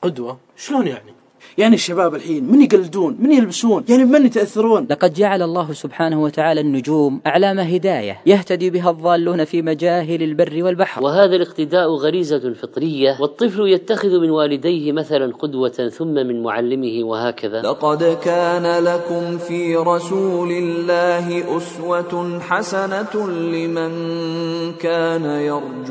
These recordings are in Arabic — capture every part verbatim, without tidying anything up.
قدوة؟ شلون يعني؟ يعني الشباب الحين من يقلدون، من يلبسون، يعني من يتأثرون. لقد جعل الله سبحانه وتعالى النجوم أعلام هداية يهتدي بها الضالون في مجاهل البر والبحر، وهذا الاقتداء غريزة فطرية، والطفل يتخذ من والديه مثلا قدوة ثم من معلمه وهكذا. لقد كان لكم في رسول الله أسوة حسنة لمن كان يرجو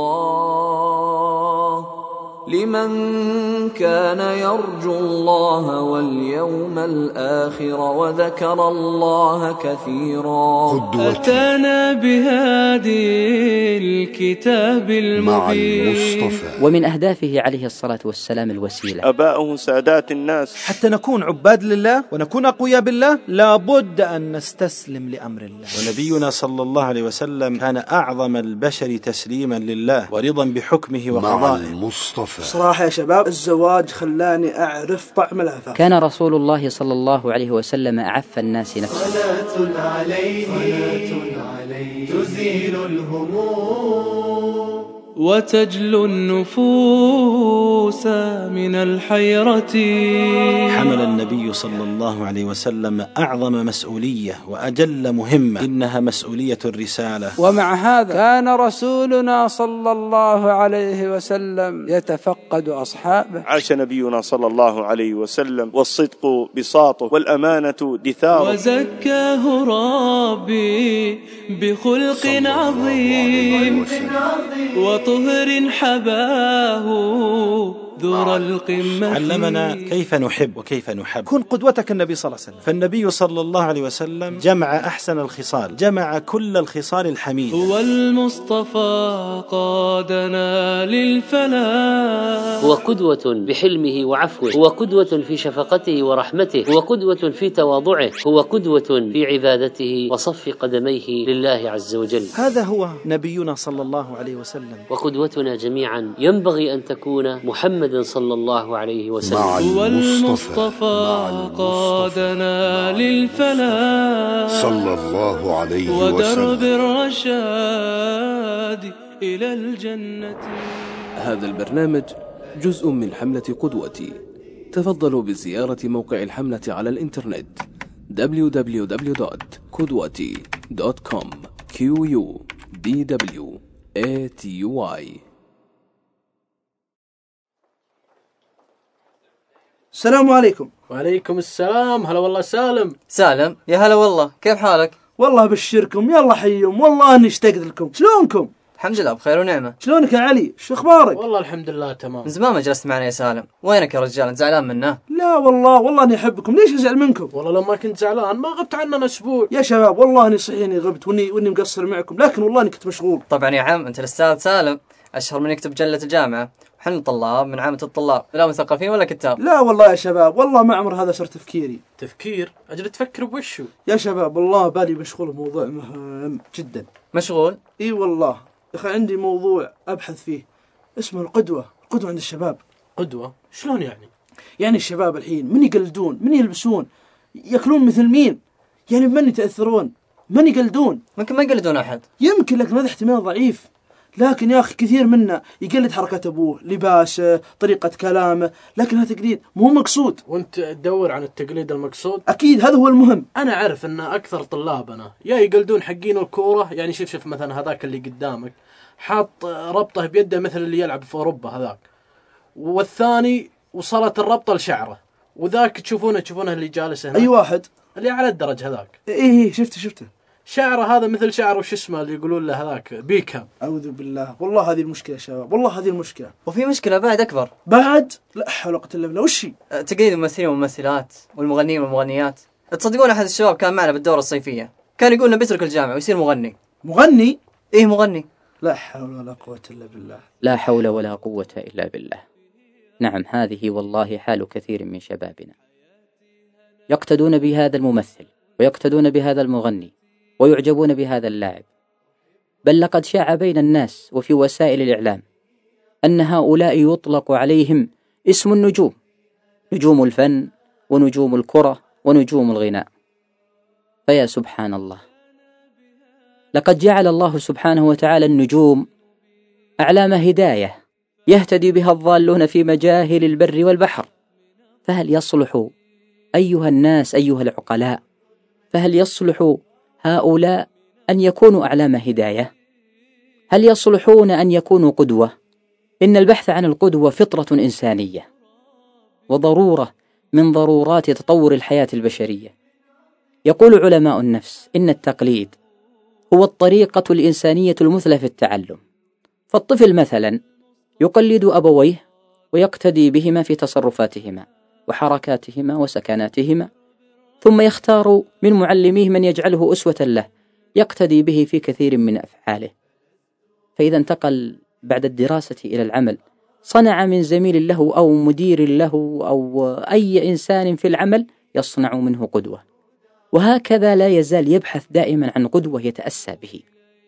الله لمن كان يرجو الله واليوم الآخر وذكر الله كثيرا. أتانا بهادي الكتاب المبين. ومن أهدافه عليه الصلاة والسلام الوسيلة. أباؤه سادات الناس. حتى نكون عباد لله ونكون أقوياء بالله لابد أن نستسلم لأمر الله. ونبينا صلى الله عليه وسلم كان أعظم البشر تسليما لله ورضا بحكمه وقضائه. صراحة يا شباب الزواج خلاني أعرف طعم العفاف. كان رسول الله صلى الله عليه وسلم أعف الناس نفسه. صلاة عليه تزيل الهموم وتجلو النفوس من الحيرة. حمل النبي صلى الله عليه وسلم أعظم مسؤولية وأجل مهمة، إنها مسؤولية الرسالة. ومع هذا كان رسولنا صلى الله عليه وسلم يتفقد أصحابه. عاش نبينا صلى الله عليه وسلم والصدق بساطه والأمانة دثاره. وزكاه ربي بخلق عظيم وطهر حباه ذور القمة. علمنا كيف نحب وكيف نحب. كن قدوتك النبي صلى الله عليه وسلم. فالنبي صلى الله عليه وسلم جمع أحسن الخصال، جمع كل الخصال الحميدة. هو المصطفى قادنا للفلاح. هو قدوة بحلمه وعفوه، هو قدوة في شفقته ورحمته، هو قدوة في تواضعه، هو قدوة في عبادته وصف قدميه لله عز وجل. هذا هو نبينا صلى الله عليه وسلم. وقدوتنا جميعا ينبغي أن تكون محمد صلى الله عليه وسلم. هو المصطفى قادنا للفلاح صلى الله عليه وسلم ودرب الرشاد إلى الجنة. هذا البرنامج جزء من حملة قدوتي. تفضلوا بزيارة موقع الحملة على الإنترنت دبليو دبليو دبليو دوت قدوتي دوت كوم. كيو يو دي دبليو إيه تي يو واي. السلام عليكم. وعليكم السلام. هلا والله سالم. سالم يا هلا والله، كيف حالك؟ والله بشركم، يلا حيهم، والله اني اشتقت لكم. شلونكم؟ الحمد لله بخير ونعمة. شلونك يا علي؟ شو اخبارك؟ والله الحمد لله تمام. من زمان ما جلست معنا يا سالم. وينك يا رجال؟ انت زعلان منا؟ لا والله والله اني احبكم. ليش ازعل منكم؟ والله لو ما كنت زعلان ما غبت عننا اسبوع. يا شباب والله اني صحيح اني غبت واني واني مقصر معكم، لكن والله اني كنت مشغول. طبعا يا عم انت الاستاذ سالم، اشهر من يكتب جلة الجامعة، وحنا طلاب من عامة الطلاب، لا مثقفين ولا كتاب. لا والله يا شباب والله ما عمر هذا صار تفكيري. تفكير؟ اجل تفكر بوشو؟ يا شباب والله بالي مشغول بموضوع مهم جدا. مشغول؟ اي والله يا اخي عندي موضوع ابحث فيه اسمه القدوة. القدوة عند الشباب. قدوة؟ شلون يعني؟ يعني الشباب الحين من يقلدون، من يلبسون، ياكلون مثل مين، يعني من يتأثرون، من يقلدون. ممكن ما يقلدون احد، يمكن، لكن هذا احتمال ضعيف. لكن يا أخي كثير منا يقلد حركة أبوه، لباسه، طريقة كلامه، لكن هذا تقليد مو مقصود. وانت تدور عن التقليد المقصود؟ أكيد هذا هو المهم. أنا أعرف أن أكثر طلابنا يا يقلدون حقين الكورة، يعني شوف شوف مثلا هذاك اللي قدامك حاط ربطه بيده مثل اللي يلعب في أوروبا هذاك، والثاني وصلت الربطة لشعره، وذاك تشوفونه تشوفونه اللي جالس هنا. أي واحد؟ اللي على الدرج هذاك. إيه إيه شفته شفته. شعره هذا مثل شعره وش اسمه اللي يقولون له هذاك بيكهام. أعوذ بالله، والله هذه المشكلة يا شباب، والله هذه المشكلة. وفي مشكلة بعد أكبر. بعد؟ لا حول ولا قوة إلا بالله. وش هي؟ تقليد الممثلين والممثلات والمغنيين والمغنيات. تصدقون أحد الشباب كان معنا بالدورة الصيفية، كان يقول لنا بيترك الجامعة ويصير مغني. مغني؟ إيه مغني. لا حول ولا قوة إلا بالله. لا حول ولا قوة إلا بالله. نعم، هذه والله حال كثير من شبابنا، يقتدون بهذا الممثل ويقتدون بهذا المغني ويعجبون بهذا اللاعب، بل لقد شاع بين الناس وفي وسائل الإعلام أن هؤلاء يطلق عليهم اسم النجوم، نجوم الفن ونجوم الكرة ونجوم الغناء. فيا سبحان الله، لقد جعل الله سبحانه وتعالى النجوم أعلام هداية يهتدي بها الضالون في مجاهل البر والبحر. فهل يصلح أيها الناس أيها العقلاء، فهل يصلح هؤلاء أن يكونوا أعلام هداية؟ هل يصلحون أن يكونوا قدوة؟ إن البحث عن القدوة فطرة إنسانية وضرورة من ضرورات تطور الحياة البشرية. يقول علماء النفس إن التقليد هو الطريقة الإنسانية المثلى في التعلم. فالطفل مثلا يقلد أبويه ويقتدي بهما في تصرفاتهما وحركاتهما وسكناتهما، ثم يختار من معلميه من يجعله أسوة له يقتدي به في كثير من أفعاله. فإذا انتقل بعد الدراسة إلى العمل صنع من زميل له أو مدير له أو أي إنسان في العمل يصنع منه قدوة، وهكذا لا يزال يبحث دائما عن قدوة يتأسى به.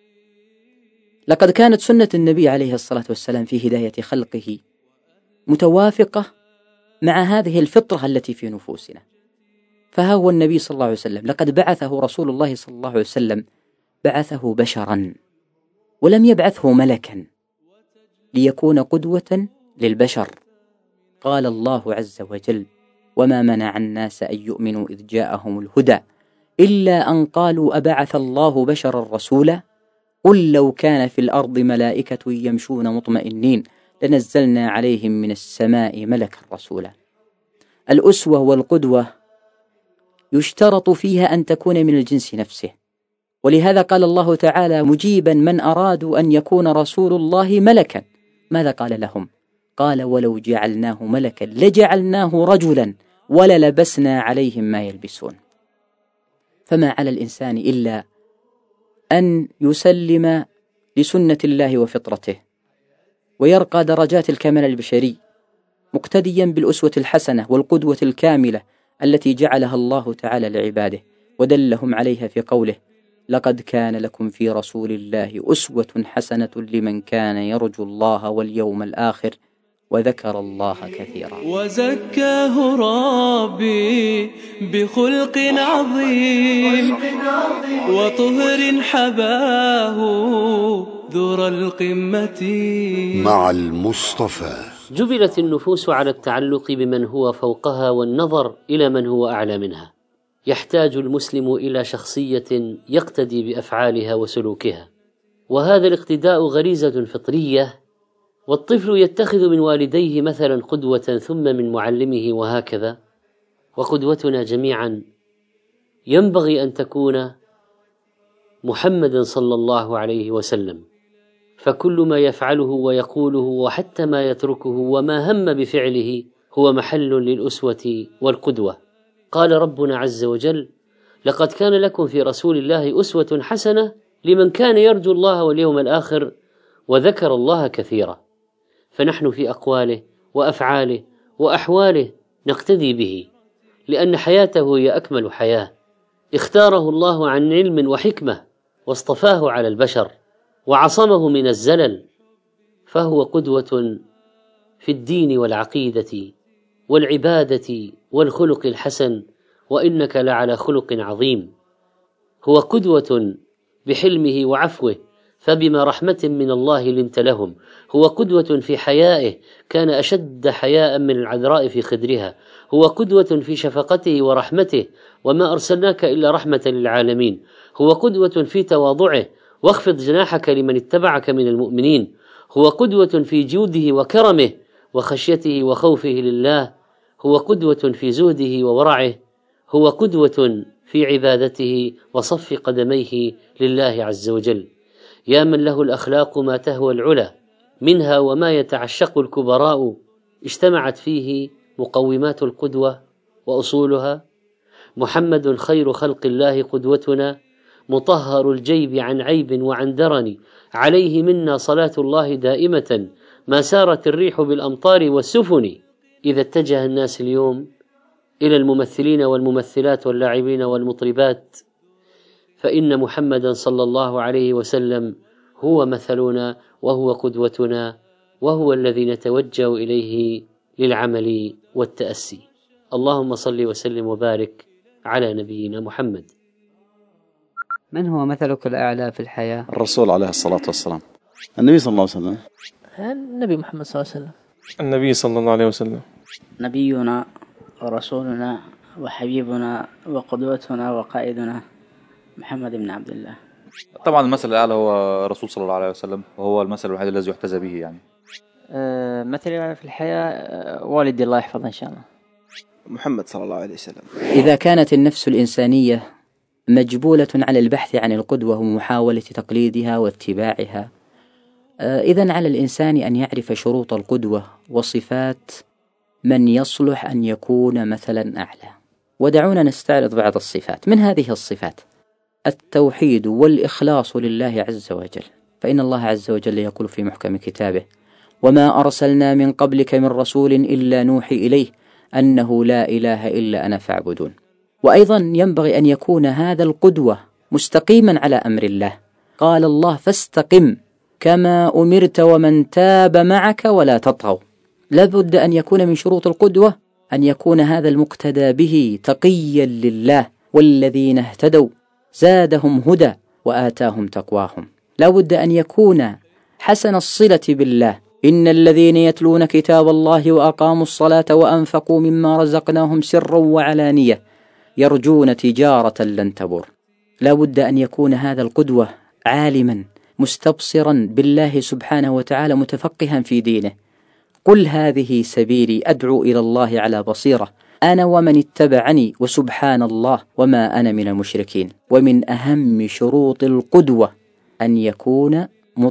لقد كانت سنة النبي عليه الصلاة والسلام في هداية خلقه متوافقة مع هذه الفطرة التي في نفوسنا. فها هو النبي صلى الله عليه وسلم لقد بعثه رسول الله صلى الله عليه وسلم، بعثه بشرا ولم يبعثه ملكا ليكون قدوة للبشر. قال الله عز وجل: وما منع الناس أن يؤمنوا إذ جاءهم الهدى إلا أن قالوا أبعث الله بشرا رسولا قل لو كان في الأرض ملائكة يمشون مطمئنين لنزلنا عليهم من السماء ملكا رسولا. الأسوة والقدوة يشترط فيها أن تكون من الجنس نفسه، ولهذا قال الله تعالى مجيبا من أرادوا أن يكون رسول الله ملكا. ماذا قال لهم؟ قال: ولو جعلناه ملكا لجعلناه رجلا وللبسنا عليهم ما يلبسون. فما على الإنسان إلا أن يسلم لسنة الله وفطرته ويرقى درجات الكمال البشري مقتديا بالأسوة الحسنة والقدوة الكاملة التي جعلها الله تعالى لعباده ودلهم عليها في قوله: لقد كان لكم في رسول الله أسوة حسنة لمن كان يرجو الله واليوم الآخر وذكر الله كثيرا. وزكاه ربي بخلق عظيم وطهر حباه ذر القمة مع المصطفى. جبلت النفوس على التعلق بمن هو فوقها والنظر إلى من هو أعلى منها. يحتاج المسلم إلى شخصية يقتدي بأفعالها وسلوكها، وهذا الاقتداء غريزة فطرية، والطفل يتخذ من والديه مثلا قدوة ثم من معلمه وهكذا. وقدوتنا جميعا ينبغي أن تكون محمد صلى الله عليه وسلم، فكل ما يفعله ويقوله وحتى ما يتركه وما هم بفعله هو محل للأسوة والقدوة. قال ربنا عز وجل: لقد كان لكم في رسول الله أسوة حسنة لمن كان يرجو الله واليوم الآخر وذكر الله كثيرا. فنحن في أقواله وأفعاله وأحواله نقتدي به، لأن حياته هي أكمل حياة. اختاره الله عن علم وحكمة واصطفاه على البشر وعصمه من الزلل، فهو قدوة في الدين والعقيدة والعبادة والخلق الحسن، وإنك لعلى خلق عظيم. هو قدوة بحلمه وعفوه، فبما رحمة من الله لنت لهم. هو قدوة في حيائه، كان أشد حياء من العذراء في خدرها. هو قدوة في شفقته ورحمته، وما أرسلناك إلا رحمة للعالمين. هو قدوة في تواضعه، واخفض جناحك لمن اتبعك من المؤمنين. هو قدوة في جوده وكرمه وخشيته وخوفه لله. هو قدوة في زهده وورعه. هو قدوة في عبادته وصف قدميه لله عز وجل. يا من له الأخلاق ما تهوى العلا، منها وما يتعشق الكبراء، اجتمعت فيه مقومات القدوة وأصولها. محمد خير خلق الله قدوتنا، مطهر الجيب عن عيب وعن درن، عليه منا صلاة الله دائمة، ما سارت الريح بالأمطار والسفن. إذا اتجه الناس اليوم إلى الممثلين والممثلات واللاعبين والمطربات، فإن محمدا صلى الله عليه وسلم هو مثلنا وهو قدوتنا، وهو الذي نتوجه إليه للعمل والتأسي. اللهم صل وسلم وبارك على نبينا محمد. من هو مثلك الأعلى في الحياة؟ الرسول عليه الصلاة والسلام. النبي صلى الله عليه وسلم النبي محمد صلى الله عليه وسلم. النبي صلى الله عليه وسلم. نبينا ورسولنا وحبيبنا وقدوتنا وقائدنا محمد بن عبد الله. طبعا المثل الأعلى هو رسول صلى الله عليه وسلم، وهو المثل الوحيد الذي يحتذى به يعني. أه مثلي في الحياة والدي الله يحفظه إن شاء الله. محمد صلى الله عليه وسلم. إذا كانت النفس الإنسانية مجبولة على البحث عن القدوة ومحاولة تقليدها واتباعها، إذن على الإنسان أن يعرف شروط القدوة وصفات من يصلح أن يكون مثلا أعلى. ودعونا نستعرض بعض الصفات. من هذه الصفات التوحيد والإخلاص لله عز وجل، فإن الله عز وجل يقول في محكم كتابه: وما أرسلنا من قبلك من رسول إلا نوحي إليه أنه لا إله إلا أنا فاعبدون. وأيضا ينبغي أن يكون هذا القدوة مستقيما على أمر الله. قال الله: فاستقم كما أمرت ومن تاب معك ولا تطغوا. لابد أن يكون من شروط القدوة أن يكون هذا المقتدى به تقيا لله، والذين اهتدوا زادهم هدى وآتاهم تقواهم. لابد أن يكون حسن الصلة بالله. إن الذين يتلون كتاب الله وأقاموا الصلاة وأنفقوا مما رزقناهم سرا وعلانية يرجون تجارة لن تبور. لابد أن يكون هذا القدوة عالما مستبصرا بالله سبحانه وتعالى متفقها في دينه. قل هذه سبيلي أدعو إلى الله على بصيرة أنا ومن اتبعني وسبحان الله وما أنا من المشركين. ومن أهم شروط القدوة أن يكون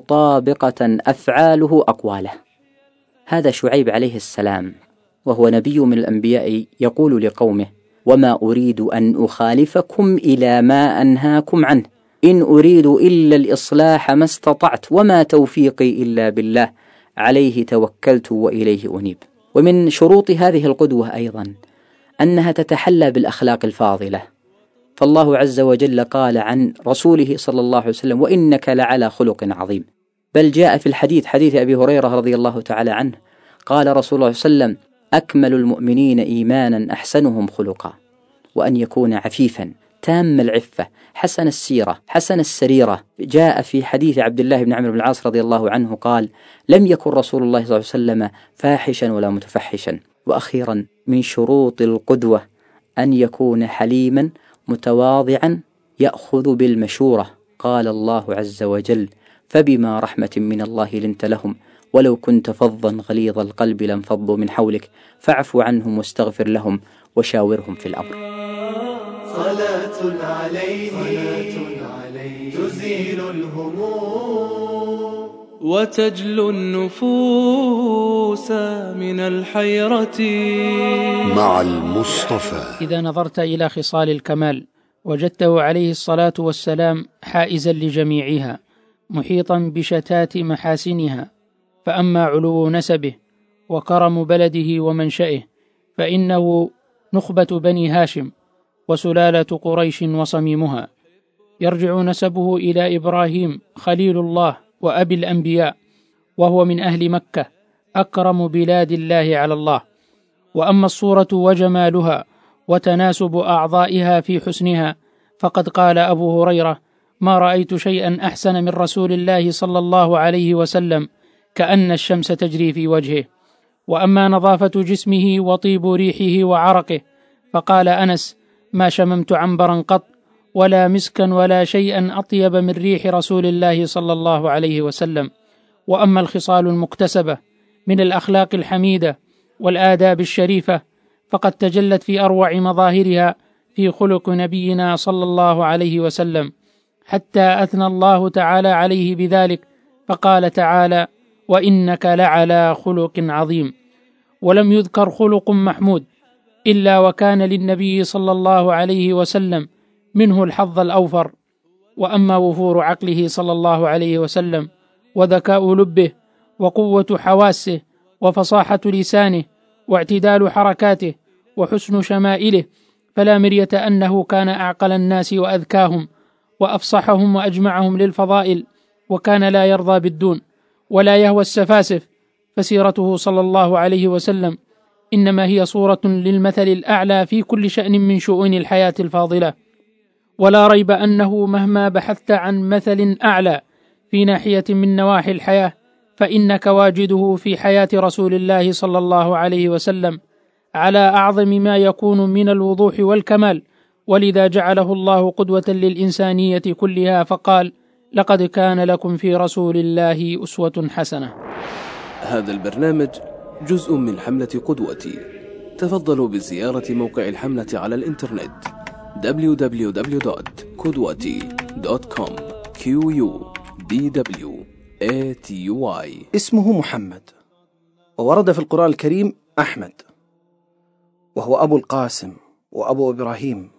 مطابقة أفعاله أقواله. هذا شعيب عليه السلام وهو نبي من الأنبياء يقول لقومه: وما أريد أن أخالفكم إلى ما أنهاكم عنه إن أريد إلا الإصلاح ما استطعت وما توفيقي إلا بالله عليه توكلت وإليه أنيب. ومن شروط هذه القدوة أيضا أنها تتحلى بالأخلاق الفاضلة، فالله عز وجل قال عن رسوله صلى الله عليه وسلم: وإنك لعلى خلق عظيم. بل جاء في الحديث حديث أبي هريرة رضي الله تعالى عنه قال رسول الله صلى الله عليه وسلم: أكمل المؤمنين إيمانا أحسنهم خلقا. وأن يكون عفيفا تام العفة حسن السيرة حسن السريرة. جاء في حديث عبد الله بن عمرو بن العاص رضي الله عنه قال: لم يكن رسول الله صلى الله عليه وسلم فاحشا ولا متفحشا. وأخيرا من شروط القدوة أن يكون حليما متواضعا يأخذ بالمشورة. قال الله عز وجل: فبما رحمة من الله لنت لهم ولو كنت فظا غليظ القلب لانفضوا من حولك فاعف عنهم واستغفر لهم وشاورهم في الأمر. صلاة عليه تزيل الهموم وتجلو النفوس من الحيرة. مع المصطفى. إذا نظرت إلى خصال الكمال وجدته عليه الصلاة والسلام حائزا لجميعها محيطا بشتات محاسنها. فأما علو نسبه وكرم بلده ومنشئه فإنه نخبة بني هاشم وسلالة قريش وصميمها. يرجع نسبه إلى إبراهيم خليل الله وأبي الأنبياء، وهو من أهل مكة أكرم بلاد الله على الله. وأما الصورة وجمالها وتناسب أعضائها في حسنها فقد قال أبو هريرة: ما رأيت شيئا أحسن من رسول الله صلى الله عليه وسلم كأن الشمس تجري في وجهه. وأما نظافة جسمه وطيب ريحه وعرقه فقال أنس: ما شممت عنبرا قط ولا مسكا ولا شيئا أطيب من ريح رسول الله صلى الله عليه وسلم. وأما الخصال المكتسبة من الأخلاق الحميدة والآداب الشريفة فقد تجلت في أروع مظاهرها في خلق نبينا صلى الله عليه وسلم، حتى أثنى الله تعالى عليه بذلك فقال تعالى: وإنك لعلى خلق عظيم. ولم يذكر خلق محمود إلا وكان للنبي صلى الله عليه وسلم منه الحظ الأوفر. وأما وفور عقله صلى الله عليه وسلم وذكاء لبه وقوة حواسه وفصاحة لسانه واعتدال حركاته وحسن شمائله فلا مرية أنه كان أعقل الناس وأذكاهم وأفصحهم وأجمعهم للفضائل، وكان لا يرضى بالدون ولا يهوى السفاسف. فسيرته صلى الله عليه وسلم إنما هي صورة للمثل الأعلى في كل شأن من شؤون الحياة الفاضلة. ولا ريب أنه مهما بحثت عن مثل أعلى في ناحية من نواحي الحياة فإنك واجده في حياة رسول الله صلى الله عليه وسلم على أعظم ما يكون من الوضوح والكمال، ولذا جعله الله قدوة للإنسانية كلها فقال: لقد كان لكم في رسول الله أسوة حسنة. هذا البرنامج جزء من حملة قدوتي. تفضلوا بزيارة موقع الحملة على الإنترنت دبليو دبليو دبليو دوت قدوتي دوت كوم. كيو يو دي دبليو إيه تي واي. اسمه محمد، وورد في القرآن الكريم أحمد، وهو أبو القاسم وأبو إبراهيم،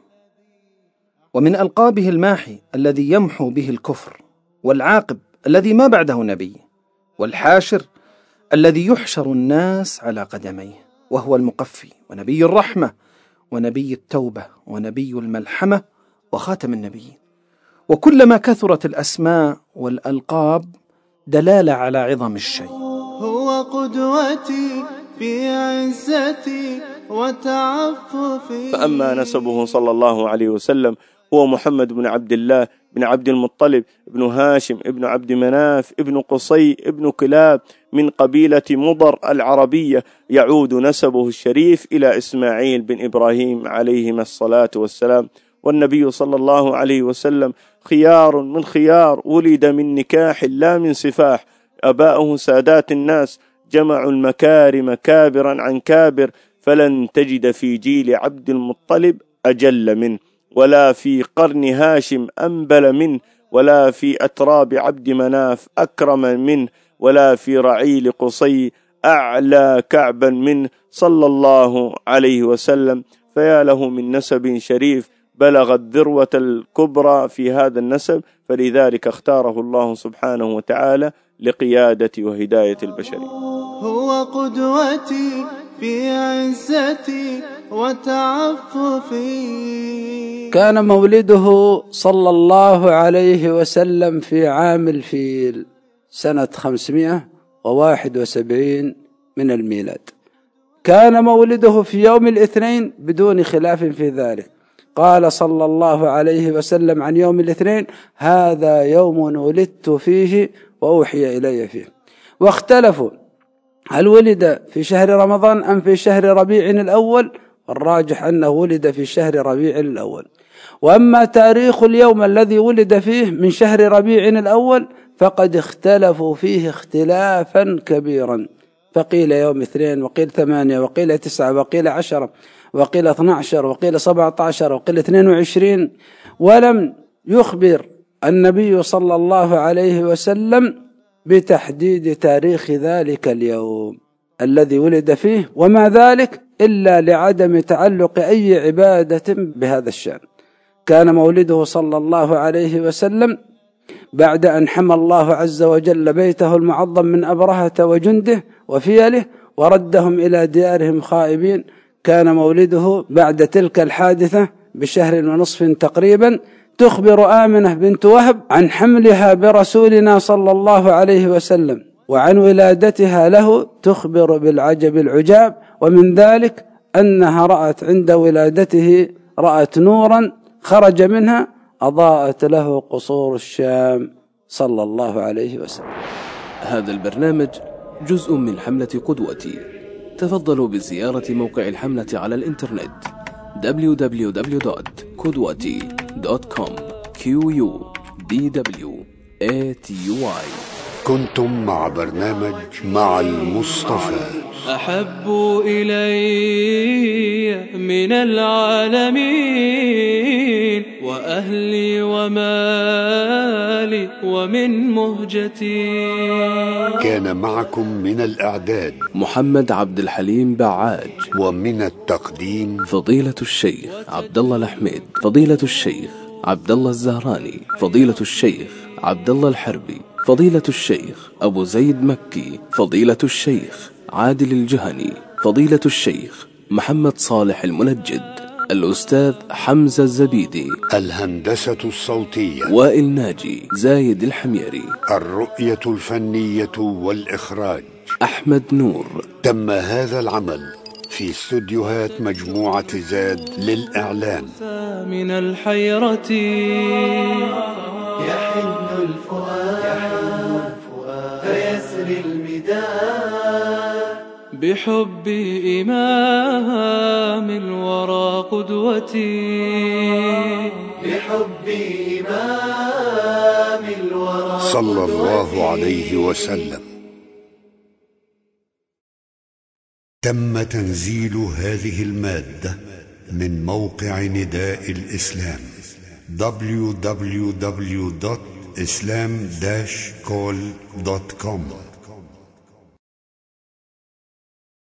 ومن ألقابه الماحي الذي يمحو به الكفر، والعاقب الذي ما بعده نبي، والحاشر الذي يحشر الناس على قدميه، وهو المقفي ونبي الرحمة ونبي التوبة ونبي الملحمة وخاتم النبيين. وكلما كثرت الأسماء والألقاب دلالة على عظم الشيء. هو قدوتي في عزتي وتعففي. فأما نسبه صلى الله عليه وسلم هو محمد بن عبد الله بن عبد المطلب بن هاشم ابن عبد مناف ابن قصي ابن كلاب من قبيلة مضر العربية، يعود نسبه الشريف إلى إسماعيل بن إبراهيم عليهما الصلاة والسلام. والنبي صلى الله عليه وسلم خيار من خيار، ولد من نكاح لا من سفاح. أباؤه سادات الناس، جمعوا المكارم كابرا عن كابر، فلن تجد في جيل عبد المطلب أجل منه، ولا في قرن هاشم أنبل منه، ولا في أتراب عبد مناف أكرم منه، ولا في رعيل قصي أعلى كعبا منه صلى الله عليه وسلم. فيا له من نسب شريف بلغ الذروة الكبرى في هذا النسب، فلذلك اختاره الله سبحانه وتعالى لقيادة وهداية البشرية. هو قدوتي في عزتي وتعففي. كان مولده صلى الله عليه وسلم في عام الفيل سنة خمسمائة وواحد وسبعين من الميلاد. كان مولده في يوم الاثنين بدون خلاف في ذلك. قال صلى الله عليه وسلم عن يوم الاثنين: هذا يوم ولدت فيه وأوحي إلي فيه. واختلفوا هل ولد في شهر رمضان أم في شهر ربيع الأول، والراجح أنه ولد في شهر ربيع الأول. وأما تاريخ اليوم الذي ولد فيه من شهر ربيع الأول فقد اختلفوا فيه اختلافا كبيرا، فقيل يوم اثنين، وقيل ثمانية، وقيل تسعة، وقيل عشرة، وقيل اثنى عشر، وقيل سبعة عشر، وقيل اثنين وعشرين. ولم يخبر النبي صلى الله عليه وسلم بتحديد تاريخ ذلك اليوم الذي ولد فيه، وما ذلك إلا لعدم تعلق أي عبادة بهذا الشأن. كان مولده صلى الله عليه وسلم بعد أن حمى الله عز وجل بيته المعظم من أبرهة وجنده وفيله وردهم إلى ديارهم خائبين. كان مولده بعد تلك الحادثة بشهر ونصف تقريبا. تخبر آمنة بنت وهب عن حملها برسولنا صلى الله عليه وسلم وعن ولادتها له، تخبر بالعجب العجاب، ومن ذلك أنها رأت عند ولادته رأت نورا خرج منها أضاءت له قصور الشام صلى الله عليه وسلم. هذا البرنامج جزء من حملة قدوتي. تفضلوا بزيارة موقع الحملة على الإنترنت دبليو دبليو دبليو دوت قدوتي دوت كوم. كيو يو دي دبليو إيه تي واي. كنتم مع برنامج مع المصطفى. أحب إلي من العالمين وأهلي ومالي ومن مهجتي. كان معكم من الإعداد محمد عبد الحليم بعاج، ومن التقديم فضيلة الشيخ عبد الله الحميد، فضيلة الشيخ عبد الله الزهراني، فضيلة الشيخ عبد الله الحربي، فضيلة الشيخ أبو زيد مكي، فضيلة الشيخ عادل الجهني، فضيلة الشيخ محمد صالح المنجد، الأستاذ حمزة الزبيدي، الهندسة الصوتية وائل ناجي، زايد الحميري، الرؤية الفنية والإخراج أحمد نور. تم هذا العمل في استوديوهات مجموعة زاد للإعلام. من الحيرة يحن الفؤاد فيسري بحب إمام الورى قدوتي بحب إمام الورى صلى الله عليه وسلم. تم تنزيل هذه المادة من موقع نداء الإسلام دبليو دبليو دبليو دوت islam dash call دوت كوم.